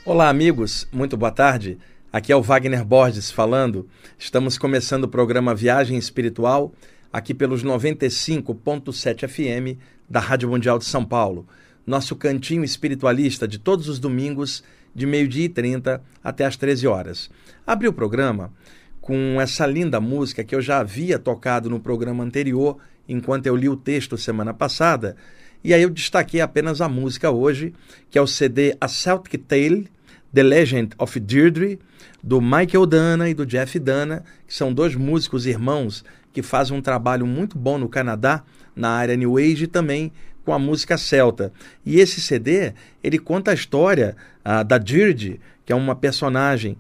Olá, amigos, muito boa tarde. Aqui é o Wagner Borges falando. Estamos começando o programa Viagem Espiritual, aqui pelos 95.7 FM da Rádio Mundial de São Paulo. Nosso cantinho espiritualista de todos os domingos, de 12h30 até às 13 horas. Abri o programa com essa linda música que eu já havia tocado no programa anterior, enquanto eu li o texto semana passada, e aí eu destaquei apenas a música hoje, que é o CD A Celtic Tale, The Legend of Deirdre, do Michael Dana e do Jeff Dana, que são dois músicos irmãos que fazem um trabalho muito bom no Canadá, na área New Age e também com a música celta. E esse CD, ele conta a história da Deirdre, que é uma personagem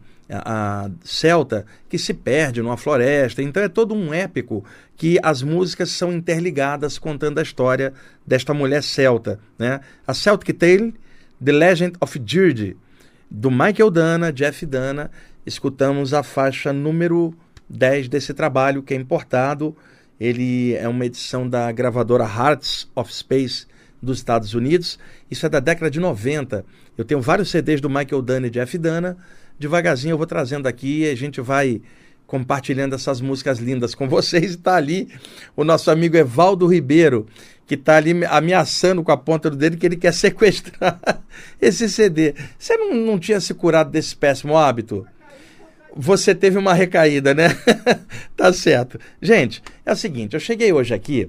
celta que se perde numa floresta. Então é todo um épico que as músicas são interligadas contando a história desta mulher celta, né? A Celtic Tale, The Legend of Deirdre, do Michael Dana, Jeff Dana. Escutamos a faixa número 10 desse trabalho, que é importado. Ele é uma edição da gravadora Hearts of Space dos Estados Unidos. Isso é da década de 90. Eu tenho vários CDs do Michael Dana e Jeff Dana. Devagarzinho eu vou trazendo aqui e a gente vai compartilhando essas músicas lindas com vocês. Está ali o nosso amigo Evaldo Ribeiro, que está ali ameaçando com a ponta do dedo que ele quer sequestrar esse CD. Você não tinha se curado desse péssimo hábito? Você teve uma recaída, né? Tá certo. Gente, é o seguinte, eu cheguei hoje aqui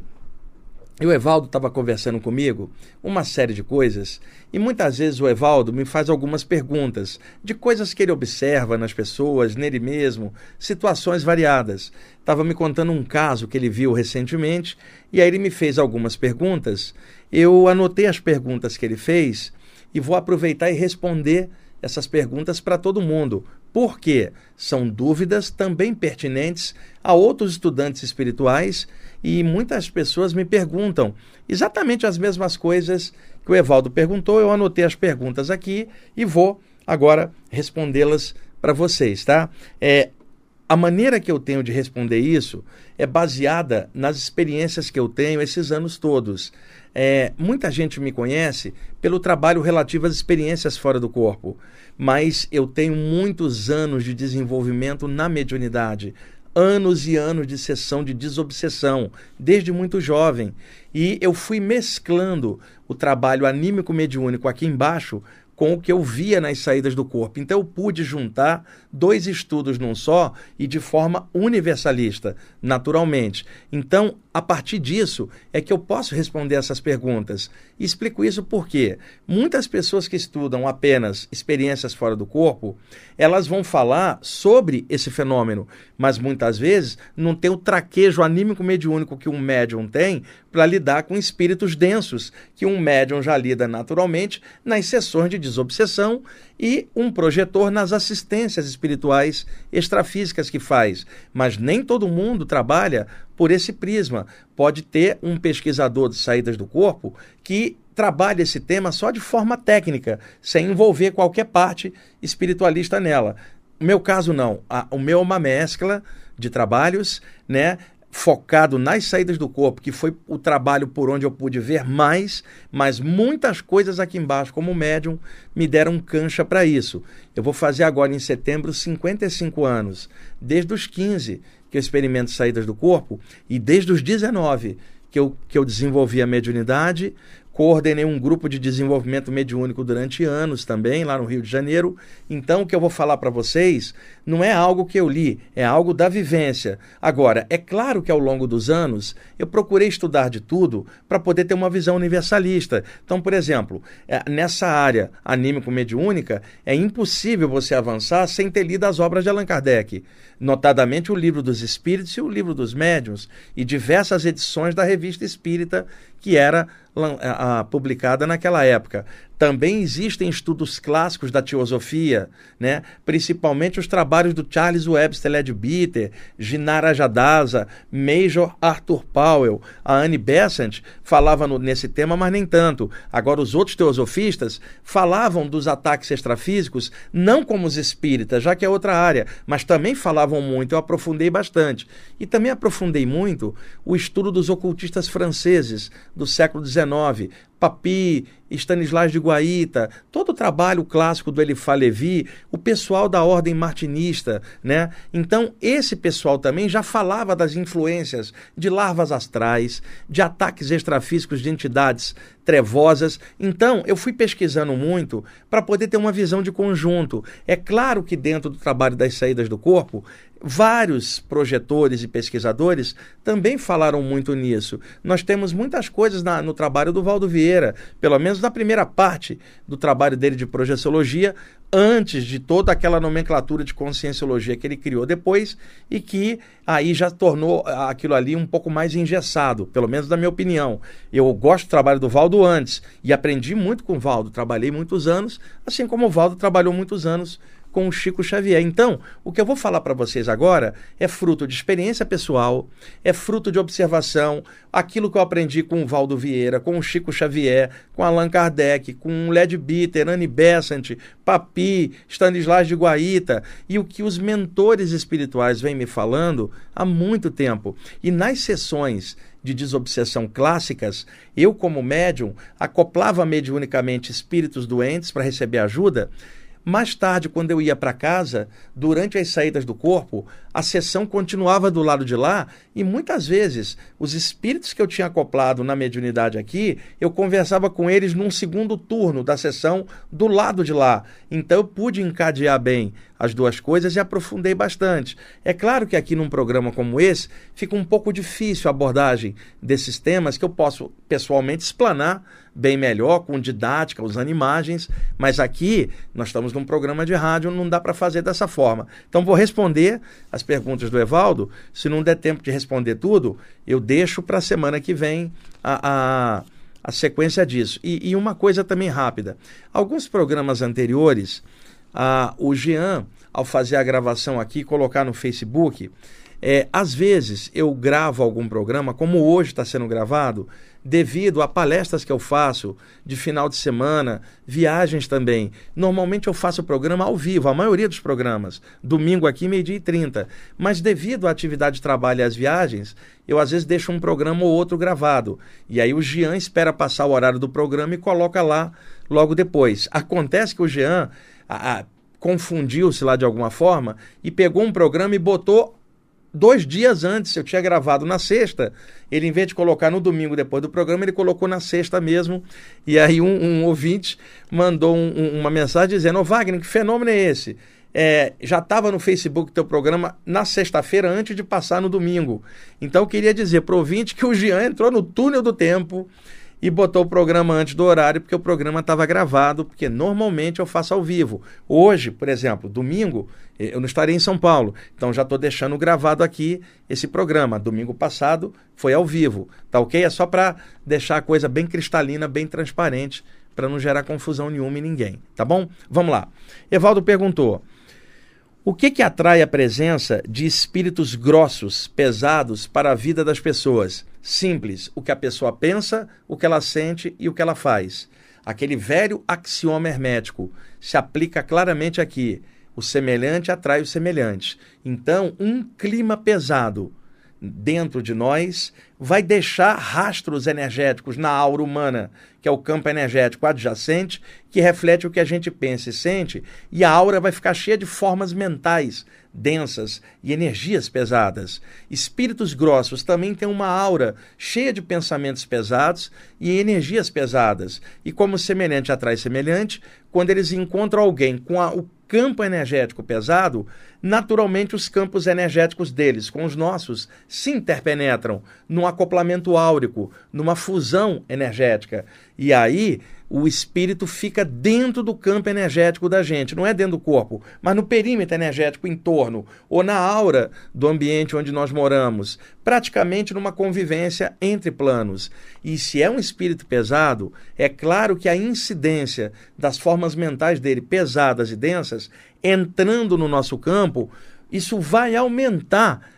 e o Evaldo estava conversando comigo uma série de coisas, e muitas vezes o Evaldo me faz algumas perguntas de coisas que ele observa nas pessoas, nele mesmo, situações variadas. Estava me contando um caso que ele viu recentemente, e aí ele me fez algumas perguntas. Eu anotei as perguntas que ele fez e vou aproveitar e responder essas perguntas para todo mundo, porque são dúvidas também pertinentes a outros estudantes espirituais, e muitas pessoas me perguntam exatamente as mesmas coisas que o Evaldo perguntou. Eu anotei as perguntas aqui e vou agora respondê-las para vocês, tá? A maneira que eu tenho de responder isso é baseada nas experiências que eu tenho esses anos todos. Muita gente me conhece pelo trabalho relativo às experiências fora do corpo, mas eu tenho muitos anos de desenvolvimento na mediunidade, anos e anos de sessão de desobsessão, desde muito jovem. E eu fui mesclando o trabalho anímico mediúnico aqui embaixo com o que eu via nas saídas do corpo. Então eu pude juntar dois estudos num só e de forma universalista, naturalmente. Então, a partir disso, é que eu posso responder essas perguntas. E explico isso porque muitas pessoas que estudam apenas experiências fora do corpo, elas vão falar sobre esse fenômeno, mas muitas vezes não tem o traquejo anímico mediúnico que um médium tem para lidar com espíritos densos, que um médium já lida naturalmente nas sessões de desobsessão, e um projetor nas assistências espirituais extrafísicas que faz. Mas nem todo mundo trabalha por esse prisma. Pode ter um pesquisador de saídas do corpo que trabalha esse tema só de forma técnica, sem envolver qualquer parte espiritualista nela. O meu caso não. O meu é uma mescla de trabalhos, né, focado nas saídas do corpo, que foi o trabalho por onde eu pude ver mais, mas muitas coisas aqui embaixo, como médium, me deram cancha para isso. Eu vou fazer agora em setembro 55 anos, desde os 15 que eu experimento saídas do corpo, e desde os 19 que eu desenvolvi a mediunidade. Coordenei um grupo de desenvolvimento mediúnico durante anos também, lá no Rio de Janeiro. Então, o que eu vou falar para vocês não é algo que eu li, é algo da vivência. Agora, é claro que ao longo dos anos, eu procurei estudar de tudo para poder ter uma visão universalista. Então, por exemplo, nessa área anímico-mediúnica, é impossível você avançar sem ter lido as obras de Allan Kardec, notadamente o Livro dos Espíritos e o Livro dos Médiuns, e diversas edições da Revista Espírita, que era publicada naquela época. Também existem estudos clássicos da teosofia, né? Principalmente os trabalhos do Charles Webster Leadbeater, Ginara Rajadaza, Major Arthur Powell. A Annie Besant falava nesse tema, mas nem tanto. Agora, os outros teosofistas falavam dos ataques extrafísicos, não como os espíritas, já que é outra área, mas também falavam muito. Eu aprofundei bastante. E também aprofundei muito o estudo dos ocultistas franceses do século XIX XIX, Papi, Stanislas de Guaita, todo o trabalho clássico do Eliphas Levi, o pessoal da ordem martinista, né? Então, esse pessoal também já falava das influências de larvas astrais, de ataques extrafísicos de entidades trevosas. Então, eu fui pesquisando muito para poder ter uma visão de conjunto. É claro que dentro do trabalho das saídas do corpo, vários projetores e pesquisadores também falaram muito nisso. Nós temos muitas coisas no trabalho do Valdo Vieira, pelo menos na primeira parte do trabalho dele de projeciologia, antes de toda aquela nomenclatura de conscienciologia que ele criou depois e que aí já tornou aquilo ali um pouco mais engessado, pelo menos na minha opinião. Eu gosto do trabalho do Valdo antes e aprendi muito com o Valdo, trabalhei muitos anos, assim como o Valdo trabalhou muitos anos com o Chico Xavier. Então, o que eu vou falar para vocês agora é fruto de experiência pessoal, é fruto de observação, aquilo que eu aprendi com o Valdo Vieira, com o Chico Xavier, com Allan Kardec, com Leadbeater, Annie Besant, Papi, Stanislas de Guaita, e o que os mentores espirituais vêm me falando há muito tempo. E nas sessões de desobsessão clássicas, eu como médium acoplava mediunicamente espíritos doentes para receber ajuda. Mais tarde, quando eu ia para casa, durante as saídas do corpo, a sessão continuava do lado de lá e muitas vezes os espíritos que eu tinha acoplado na mediunidade aqui, eu conversava com eles num segundo turno da sessão do lado de lá. Então eu pude encadear bem as duas coisas e aprofundei bastante. É claro que aqui num programa como esse fica um pouco difícil a abordagem desses temas que eu posso pessoalmente explanar bem melhor, com didática, usando imagens, mas aqui nós estamos num programa de rádio, não dá para fazer dessa forma. Então vou responder as perguntas do Evaldo. Se não der tempo de responder tudo, eu deixo para a semana que vem a sequência disso. E uma coisa também rápida. Alguns programas anteriores, o Jean, ao fazer a gravação aqui e colocar no Facebook, às vezes eu gravo algum programa, como hoje está sendo gravado, devido a palestras que eu faço de final de semana, viagens também. Normalmente eu faço o programa ao vivo, a maioria dos programas, domingo aqui, 12h30. Mas devido à atividade de trabalho e às viagens, eu às vezes deixo um programa ou outro gravado. E aí o Jean espera passar o horário do programa e coloca lá logo depois. Acontece que o Jean confundiu-se lá de alguma forma e pegou um programa e botou 2 dias antes. Eu tinha gravado na sexta, ele, em vez de colocar no domingo depois do programa, ele colocou na sexta mesmo. E aí um ouvinte mandou uma mensagem dizendo: "Ô Wagner, que fenômeno é esse? Já estava no Facebook teu programa na sexta-feira antes de passar no domingo." Então eu queria dizer para o ouvinte que o Jean entrou no túnel do tempo e botou o programa antes do horário, porque o programa estava gravado, porque normalmente eu faço ao vivo. Hoje, por exemplo, domingo, eu não estarei em São Paulo, então já estou deixando gravado aqui esse programa. Domingo passado foi ao vivo, tá ok? É só para deixar a coisa bem cristalina, bem transparente, para não gerar confusão nenhuma em ninguém, tá bom? Vamos lá. Evaldo perguntou: o que atrai a presença de espíritos grossos, pesados para a vida das pessoas? Simples, o que a pessoa pensa, o que ela sente e o que ela faz. Aquele velho axioma hermético se aplica claramente aqui. O semelhante atrai o semelhante. Então, um clima pesado dentro de nós vai deixar rastros energéticos na aura humana, que é o campo energético adjacente, que reflete o que a gente pensa e sente, e a aura vai ficar cheia de formas mentais densas e energias pesadas. Espíritos grossos também têm uma aura cheia de pensamentos pesados e energias pesadas. E como semelhante atrai semelhante, quando eles encontram alguém com o campo energético pesado, naturalmente os campos energéticos deles com os nossos se interpenetram num acoplamento áurico, numa fusão energética. E aí o espírito fica dentro do campo energético da gente, não é dentro do corpo, mas no perímetro energético em torno, ou na aura do ambiente onde nós moramos, praticamente numa convivência entre planos. E se é um espírito pesado, é claro que a incidência das formas mentais dele pesadas e densas, entrando no nosso campo, isso vai aumentar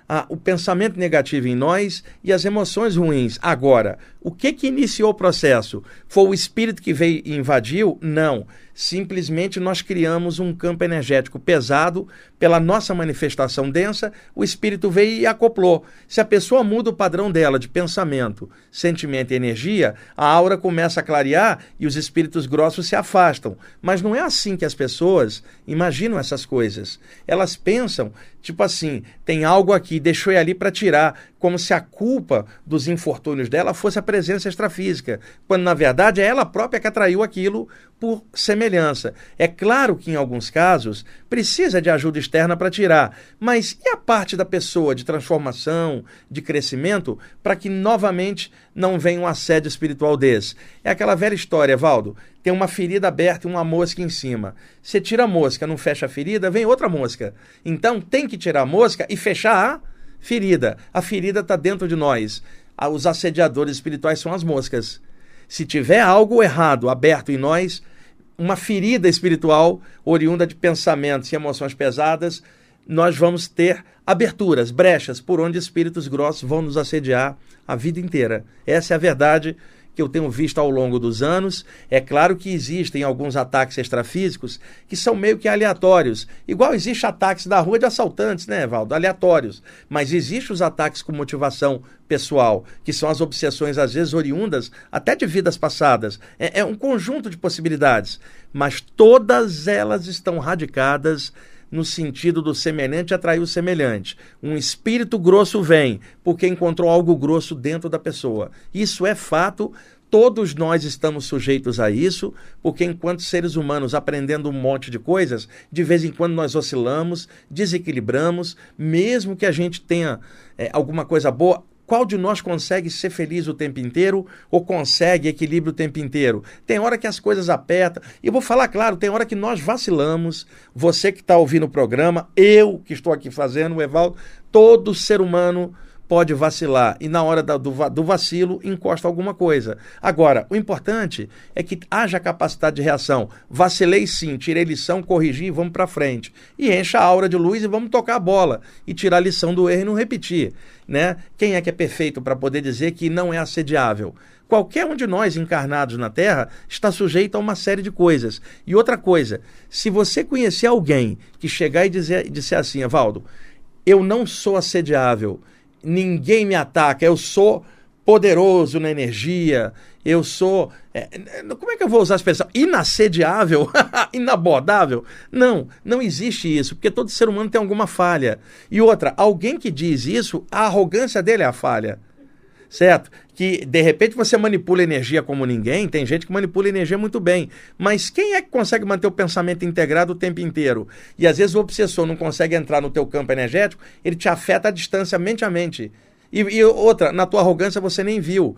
o pensamento negativo em nós e as emoções ruins. Agora, o que iniciou o processo? Foi o espírito que veio e invadiu? Não. Simplesmente nós criamos um campo energético pesado pela nossa manifestação densa, o espírito veio e acoplou. Se a pessoa muda o padrão dela de pensamento, sentimento e energia, a aura começa a clarear e os espíritos grossos se afastam. Mas não é assim que as pessoas imaginam essas coisas. Elas pensam, tipo assim, tem algo aqui, deixou ele ali para tirar, como se a culpa dos infortúnios dela fosse a presença extrafísica, quando na verdade é ela própria que atraiu aquilo por semelhança. É claro que em alguns casos precisa de ajuda externa para tirar, mas e a parte da pessoa de transformação, de crescimento, para que novamente não venha um assédio espiritual desse? É aquela velha história, Valdo, tem uma ferida aberta e uma mosca em cima. Você tira a mosca, não fecha a ferida, vem outra mosca. Então tem que tirar a mosca e fechar a ferida. A ferida está dentro de nós. Os assediadores espirituais são as moscas. Se tiver algo errado aberto em nós, uma ferida espiritual oriunda de pensamentos e emoções pesadas, nós vamos ter aberturas, brechas, por onde espíritos grossos vão nos assediar a vida inteira. Essa é a verdade que eu tenho visto ao longo dos anos. É claro que existem alguns ataques extrafísicos que são meio que aleatórios. Igual existe ataques da rua de assaltantes, né, Valdo? Aleatórios. Mas existem os ataques com motivação pessoal, que são as obsessões, às vezes, oriundas até de vidas passadas. É um conjunto de possibilidades. Mas todas elas estão radicadas no sentido do semelhante atrair o semelhante. Um espírito grosso vem porque encontrou algo grosso dentro da pessoa. Isso é fato, todos nós estamos sujeitos a isso, porque enquanto seres humanos aprendendo um monte de coisas, de vez em quando nós oscilamos, desequilibramos, mesmo que a gente tenha alguma coisa boa. Qual de nós consegue ser feliz o tempo inteiro ou consegue equilíbrio o tempo inteiro? Tem hora que as coisas apertam. E vou falar claro, tem hora que nós vacilamos. Você que está ouvindo o programa, eu que estou aqui fazendo, o Evaldo, todo ser humano pode vacilar. E na hora do vacilo, encosta alguma coisa. Agora, o importante é que haja capacidade de reação. Vacilei sim, tirei lição, corrigi e vamos para frente. E encha a aura de luz e vamos tocar a bola. E tirar a lição do erro e não repetir. Né? Quem é que é perfeito para poder dizer que não é assediável? Qualquer um de nós encarnados na Terra está sujeito a uma série de coisas. E outra coisa, se você conhecer alguém que chegar e disser assim, Evaldo, eu não sou assediável, ninguém me ataca, eu sou poderoso na energia, eu sou... como é que eu vou usar a expressão? Inassediável? Inabordável? Não existe isso, porque todo ser humano tem alguma falha. E outra, alguém que diz isso, a arrogância dele é a falha. Certo? Que, de repente, você manipula energia como ninguém, tem gente que manipula energia muito bem, mas quem é que consegue manter o pensamento integrado o tempo inteiro? E, às vezes, o obsessor não consegue entrar no teu campo energético, ele te afeta à distância, mente a mente. E outra, na tua arrogância você nem viu.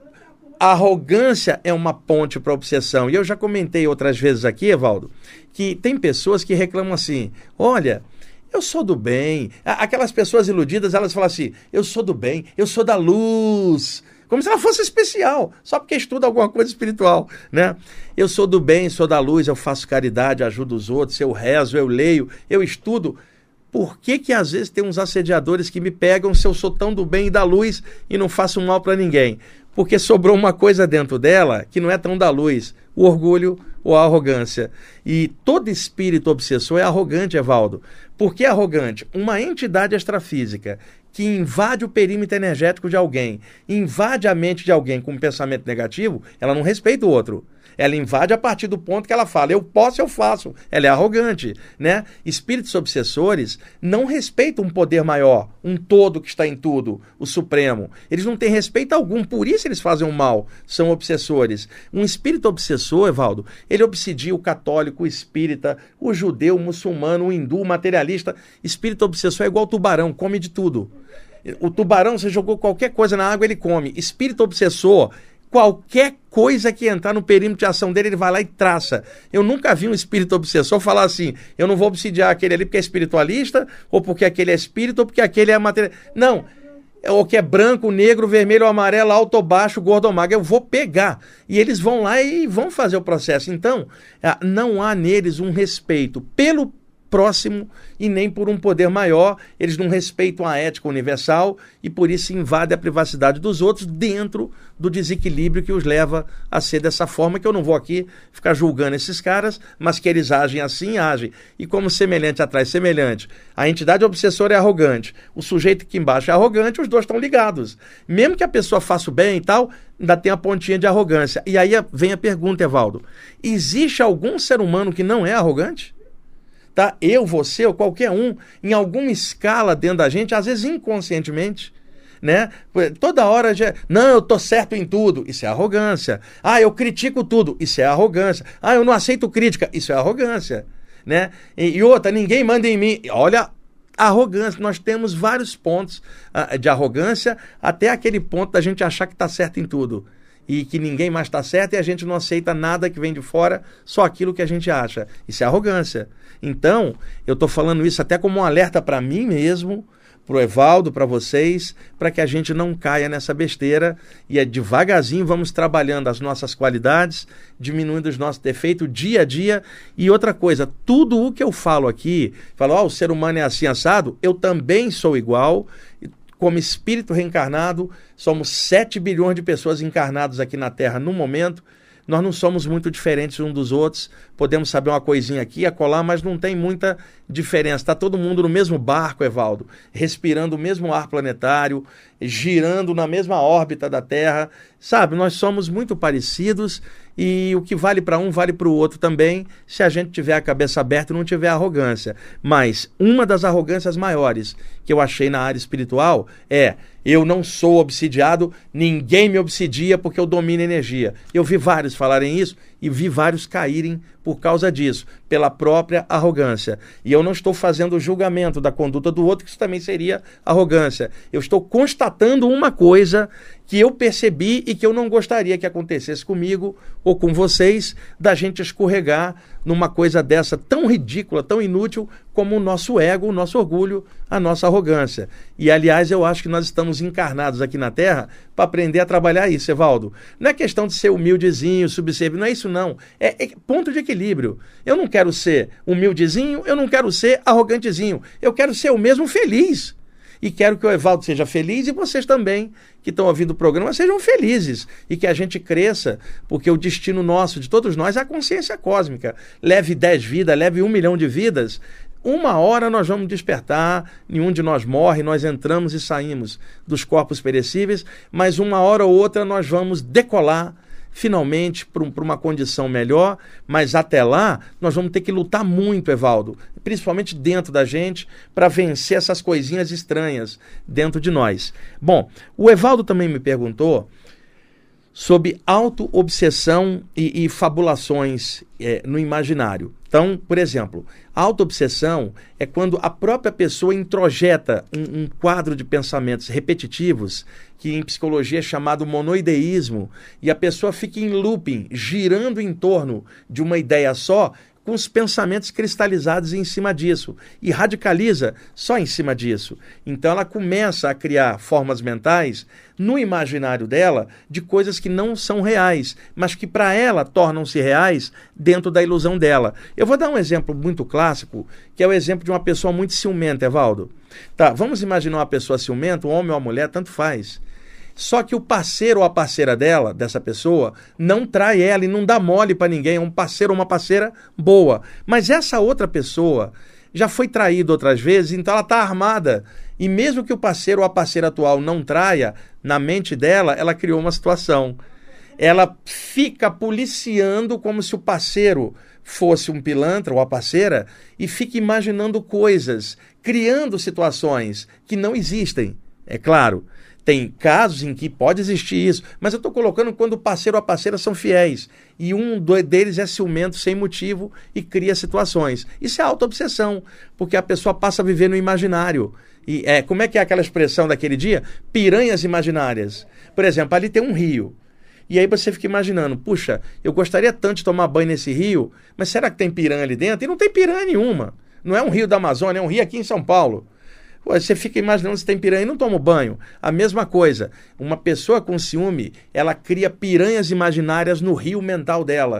A arrogância é uma ponte para a obsessão. E eu já comentei outras vezes aqui, Evaldo, que tem pessoas que reclamam assim, olha... eu sou do bem. Aquelas pessoas iludidas, elas falam assim, eu sou do bem, eu sou da luz. Como se ela fosse especial, só porque estuda alguma coisa espiritual, né? Eu sou do bem, sou da luz, eu faço caridade, ajudo os outros, eu rezo, eu leio, eu estudo. Por que às vezes tem uns assediadores que me pegam se eu sou tão do bem e da luz e não faço mal para ninguém? Porque sobrou uma coisa dentro dela que não é tão da luz, o orgulho ou a arrogância. E todo espírito obsessor é arrogante, Evaldo. Por que arrogante? Uma entidade extrafísica que invade o perímetro energético de alguém, invade a mente de alguém com um pensamento negativo, ela não respeita o outro. Ela invade a partir do ponto que ela fala, eu posso, eu faço. Ela é arrogante, né? Espíritos obsessores não respeitam um poder maior, um todo que está em tudo, o Supremo. Eles não têm respeito algum, por isso eles fazem o mal, são obsessores. Um espírito obsessor, Evaldo, ele obsedia o católico, o espírita, o judeu, o muçulmano, o hindu, o materialista. Espírito obsessor é igual tubarão, come de tudo. O tubarão, você jogou qualquer coisa na água, ele come. Espírito obsessor, qualquer coisa que entrar no perímetro de ação dele, ele vai lá e traça. Eu nunca vi um espírito obsessor falar assim, eu não vou obsidiar aquele ali porque é espiritualista, ou porque aquele é espírito, ou porque aquele é material. Não, ou que é branco, negro, vermelho, amarelo, alto ou baixo, gordo ou magro, eu vou pegar. E eles vão lá e vão fazer o processo. Então, não há neles um respeito pelo próximo e nem por um poder maior. Eles não respeitam a ética universal e por isso invadem a privacidade dos outros dentro do desequilíbrio que os leva a ser dessa forma, que eu não vou aqui ficar julgando esses caras, mas que eles agem assim, agem. E como semelhante atrai semelhante, a entidade obsessora é arrogante, o sujeito aqui embaixo é arrogante, os dois estão ligados. Mesmo que a pessoa faça o bem e tal, ainda tem a pontinha de arrogância. E aí vem a pergunta, Evaldo, existe algum ser humano que não é arrogante? Tá? Eu, você ou qualquer um, em alguma escala dentro da gente, às vezes inconscientemente, né? Toda hora não, eu tô certo em tudo, isso é arrogância. Ah, eu critico tudo, isso é arrogância. Ah, eu não aceito crítica, isso é arrogância, né? E outra, ninguém manda em mim. Olha, arrogância, nós temos vários pontos de arrogância, até aquele ponto da gente achar que está certo em tudo e que ninguém mais está certo e a gente não aceita nada que vem de fora, só aquilo que a gente acha. Isso é arrogância. Então, eu estou falando isso até como um alerta para mim mesmo, para o Evaldo, para vocês, para que a gente não caia nessa besteira e devagarzinho vamos trabalhando as nossas qualidades, diminuindo os nossos defeitos dia a dia. E outra coisa, tudo o que eu falo aqui, o ser humano é assim assado, eu também sou igual. Como espírito reencarnado, somos 7 bilhões de pessoas encarnadas aqui na Terra no momento. Nós não somos muito diferentes uns dos outros, podemos saber uma coisinha aqui, acolá, mas não tem muita diferença. Está todo mundo no mesmo barco, Evaldo, respirando o mesmo ar planetário, girando na mesma órbita da Terra. Sabe, nós somos muito parecidos e o que vale para um vale para o outro também, se a gente tiver a cabeça aberta e não tiver arrogância. Mas uma das arrogâncias maiores que eu achei na área espiritual é: eu não sou obsidiado, ninguém me obsidia porque eu domino energia. Eu vi vários falarem isso e vi vários caírem por causa disso, pela própria arrogância. E eu não estou fazendo o julgamento da conduta do outro, que isso também seria arrogância. Eu estou constatando uma coisa que eu percebi e que eu não gostaria que acontecesse comigo ou com vocês, da gente escorregar numa coisa dessa tão ridícula, tão inútil, como o nosso ego, o nosso orgulho, a nossa arrogância. E, aliás, eu acho que nós estamos encarnados aqui na Terra para aprender a trabalhar isso, Evaldo. Não é questão de ser humildezinho, subserviente, não é isso não. É ponto de equilíbrio. Eu não quero ser humildezinho, eu não quero ser arrogantezinho. Eu quero ser o mesmo feliz. E quero que o Evaldo seja feliz e vocês também, que estão ouvindo o programa, sejam felizes. E que a gente cresça, porque o destino nosso, de todos nós, é a consciência cósmica. Leve 10 vidas, leve 1 milhão de vidas. Uma hora nós vamos despertar, nenhum de nós morre, nós entramos e saímos dos corpos perecíveis, mas uma hora ou outra nós vamos decolar finalmente para uma condição melhor, mas até lá nós vamos ter que lutar muito, Evaldo, principalmente dentro da gente, para vencer essas coisinhas estranhas dentro de nós. Bom, o Evaldo também me perguntou sobre auto-obsessão e fabulações no imaginário. Então, por exemplo, a auto-obsessão é quando a própria pessoa introjeta um quadro de pensamentos repetitivos, que em psicologia é chamado monoideísmo, e a pessoa fica em looping, girando em torno de uma ideia só, com os pensamentos cristalizados em cima disso, e radicaliza só em cima disso. Então ela começa a criar formas mentais no imaginário dela de coisas que não são reais, mas que para ela tornam-se reais dentro da ilusão dela. Eu vou dar um exemplo muito clássico, que é o exemplo de uma pessoa muito ciumenta, Evaldo. Tá, vamos imaginar uma pessoa ciumenta, um homem ou uma mulher, tanto faz. Só que o parceiro ou a parceira dela, dessa pessoa, não trai ela e não dá mole para ninguém. É um parceiro ou uma parceira boa. Mas essa outra pessoa já foi traída outras vezes, então ela está armada. E mesmo que o parceiro ou a parceira atual não traia, na mente dela, ela criou uma situação. Ela fica policiando como se o parceiro fosse um pilantra ou a parceira e fica imaginando coisas, criando situações que não existem, é claro. Tem casos em que pode existir isso, mas eu estou colocando quando o parceiro ou a parceira são fiéis e um deles é ciumento sem motivo e cria situações. Isso é auto-obsessão, porque a pessoa passa a viver no imaginário. E como é que é aquela expressão daquele dia? Piranhas imaginárias. Por exemplo, ali tem um rio. E aí você fica imaginando, puxa, eu gostaria tanto de tomar banho nesse rio, mas será que tem piranha ali dentro? E não tem piranha nenhuma. Não é um rio da Amazônia, é um rio aqui em São Paulo. Você fica imaginando se tem piranha e não toma banho. A mesma coisa. Uma pessoa com ciúme, ela cria piranhas imaginárias no rio mental dela.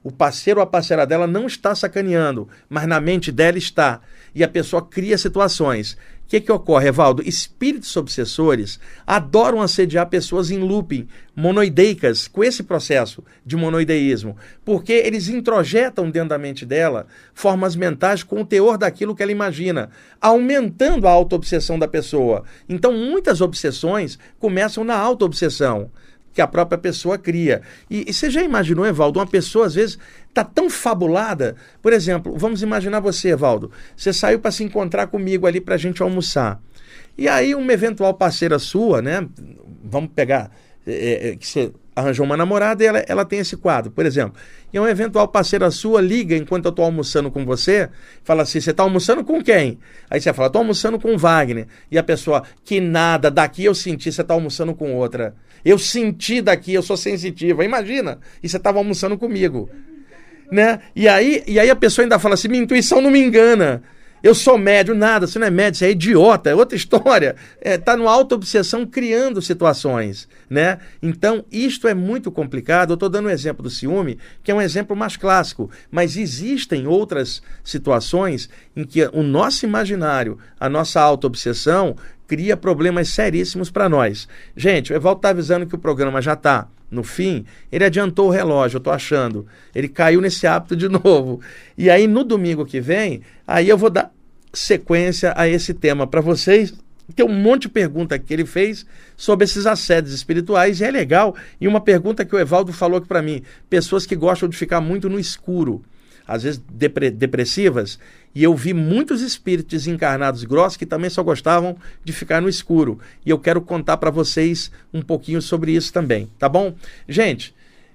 O parceiro ou a parceira dela não está sacaneando, mas na mente dela está. E a pessoa cria situações. O que ocorre, Evaldo? Espíritos obsessores adoram assediar pessoas em looping, monoideicas, com esse processo de monoideísmo, porque eles introjetam dentro da mente dela formas mentais com o teor daquilo que ela imagina, aumentando a autoobsessão da pessoa. Então, muitas obsessões começam na autoobsessão que a própria pessoa cria. E você já imaginou, Evaldo, uma pessoa às vezes está tão fabulada, por exemplo, vamos imaginar você, Evaldo, você saiu para se encontrar comigo ali para a gente almoçar, e aí uma eventual parceira sua, né, vamos pegar, que você arranjou uma namorada e ela tem esse quadro, por exemplo, e uma eventual parceira sua liga enquanto eu estou almoçando com você, fala assim, você está almoçando com quem? Aí você fala, estou almoçando com o Wagner, e a pessoa, que nada, daqui eu senti, você está almoçando com outra. Eu senti daqui, eu sou sensitiva. Imagina, e você estava almoçando comigo. Né? E aí a pessoa ainda fala assim, minha intuição não me engana. Eu sou médio, nada, você não é médio, você é idiota, é outra história. Está no auto-obsessão criando situações. Né? Então, isto é muito complicado. Eu estou dando um exemplo do ciúme, que é um exemplo mais clássico. Mas existem outras situações em que o nosso imaginário, a nossa auto-obsessão, cria problemas seríssimos para nós. Gente, o Evaldo está avisando que o programa já está no fim. Ele adiantou o relógio, eu estou achando. Ele caiu nesse hábito de novo. E aí, no domingo que vem, aí eu vou dar sequência a esse tema para vocês. Tem um monte de pergunta que ele fez sobre esses assédios espirituais, e é legal. E uma pergunta que o Evaldo falou aqui para mim, pessoas que gostam de ficar muito no escuro, às vezes depressivas, e eu vi muitos espíritos encarnados grossos que também só gostavam de ficar no escuro. E eu quero contar para vocês um pouquinho sobre isso também, tá bom? Gente,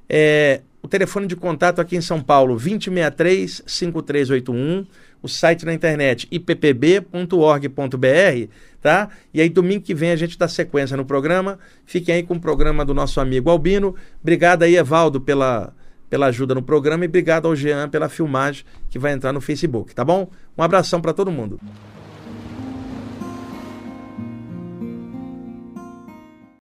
o telefone de contato aqui em São Paulo, 2063-5381, o site na internet ippb.org.br, tá? E aí domingo que vem a gente dá sequência no programa. Fiquem aí com o programa do nosso amigo Albino. Obrigado aí, Evaldo, pela ajuda no programa, e obrigado ao Jean pela filmagem que vai entrar no Facebook, tá bom? Um abração para todo mundo.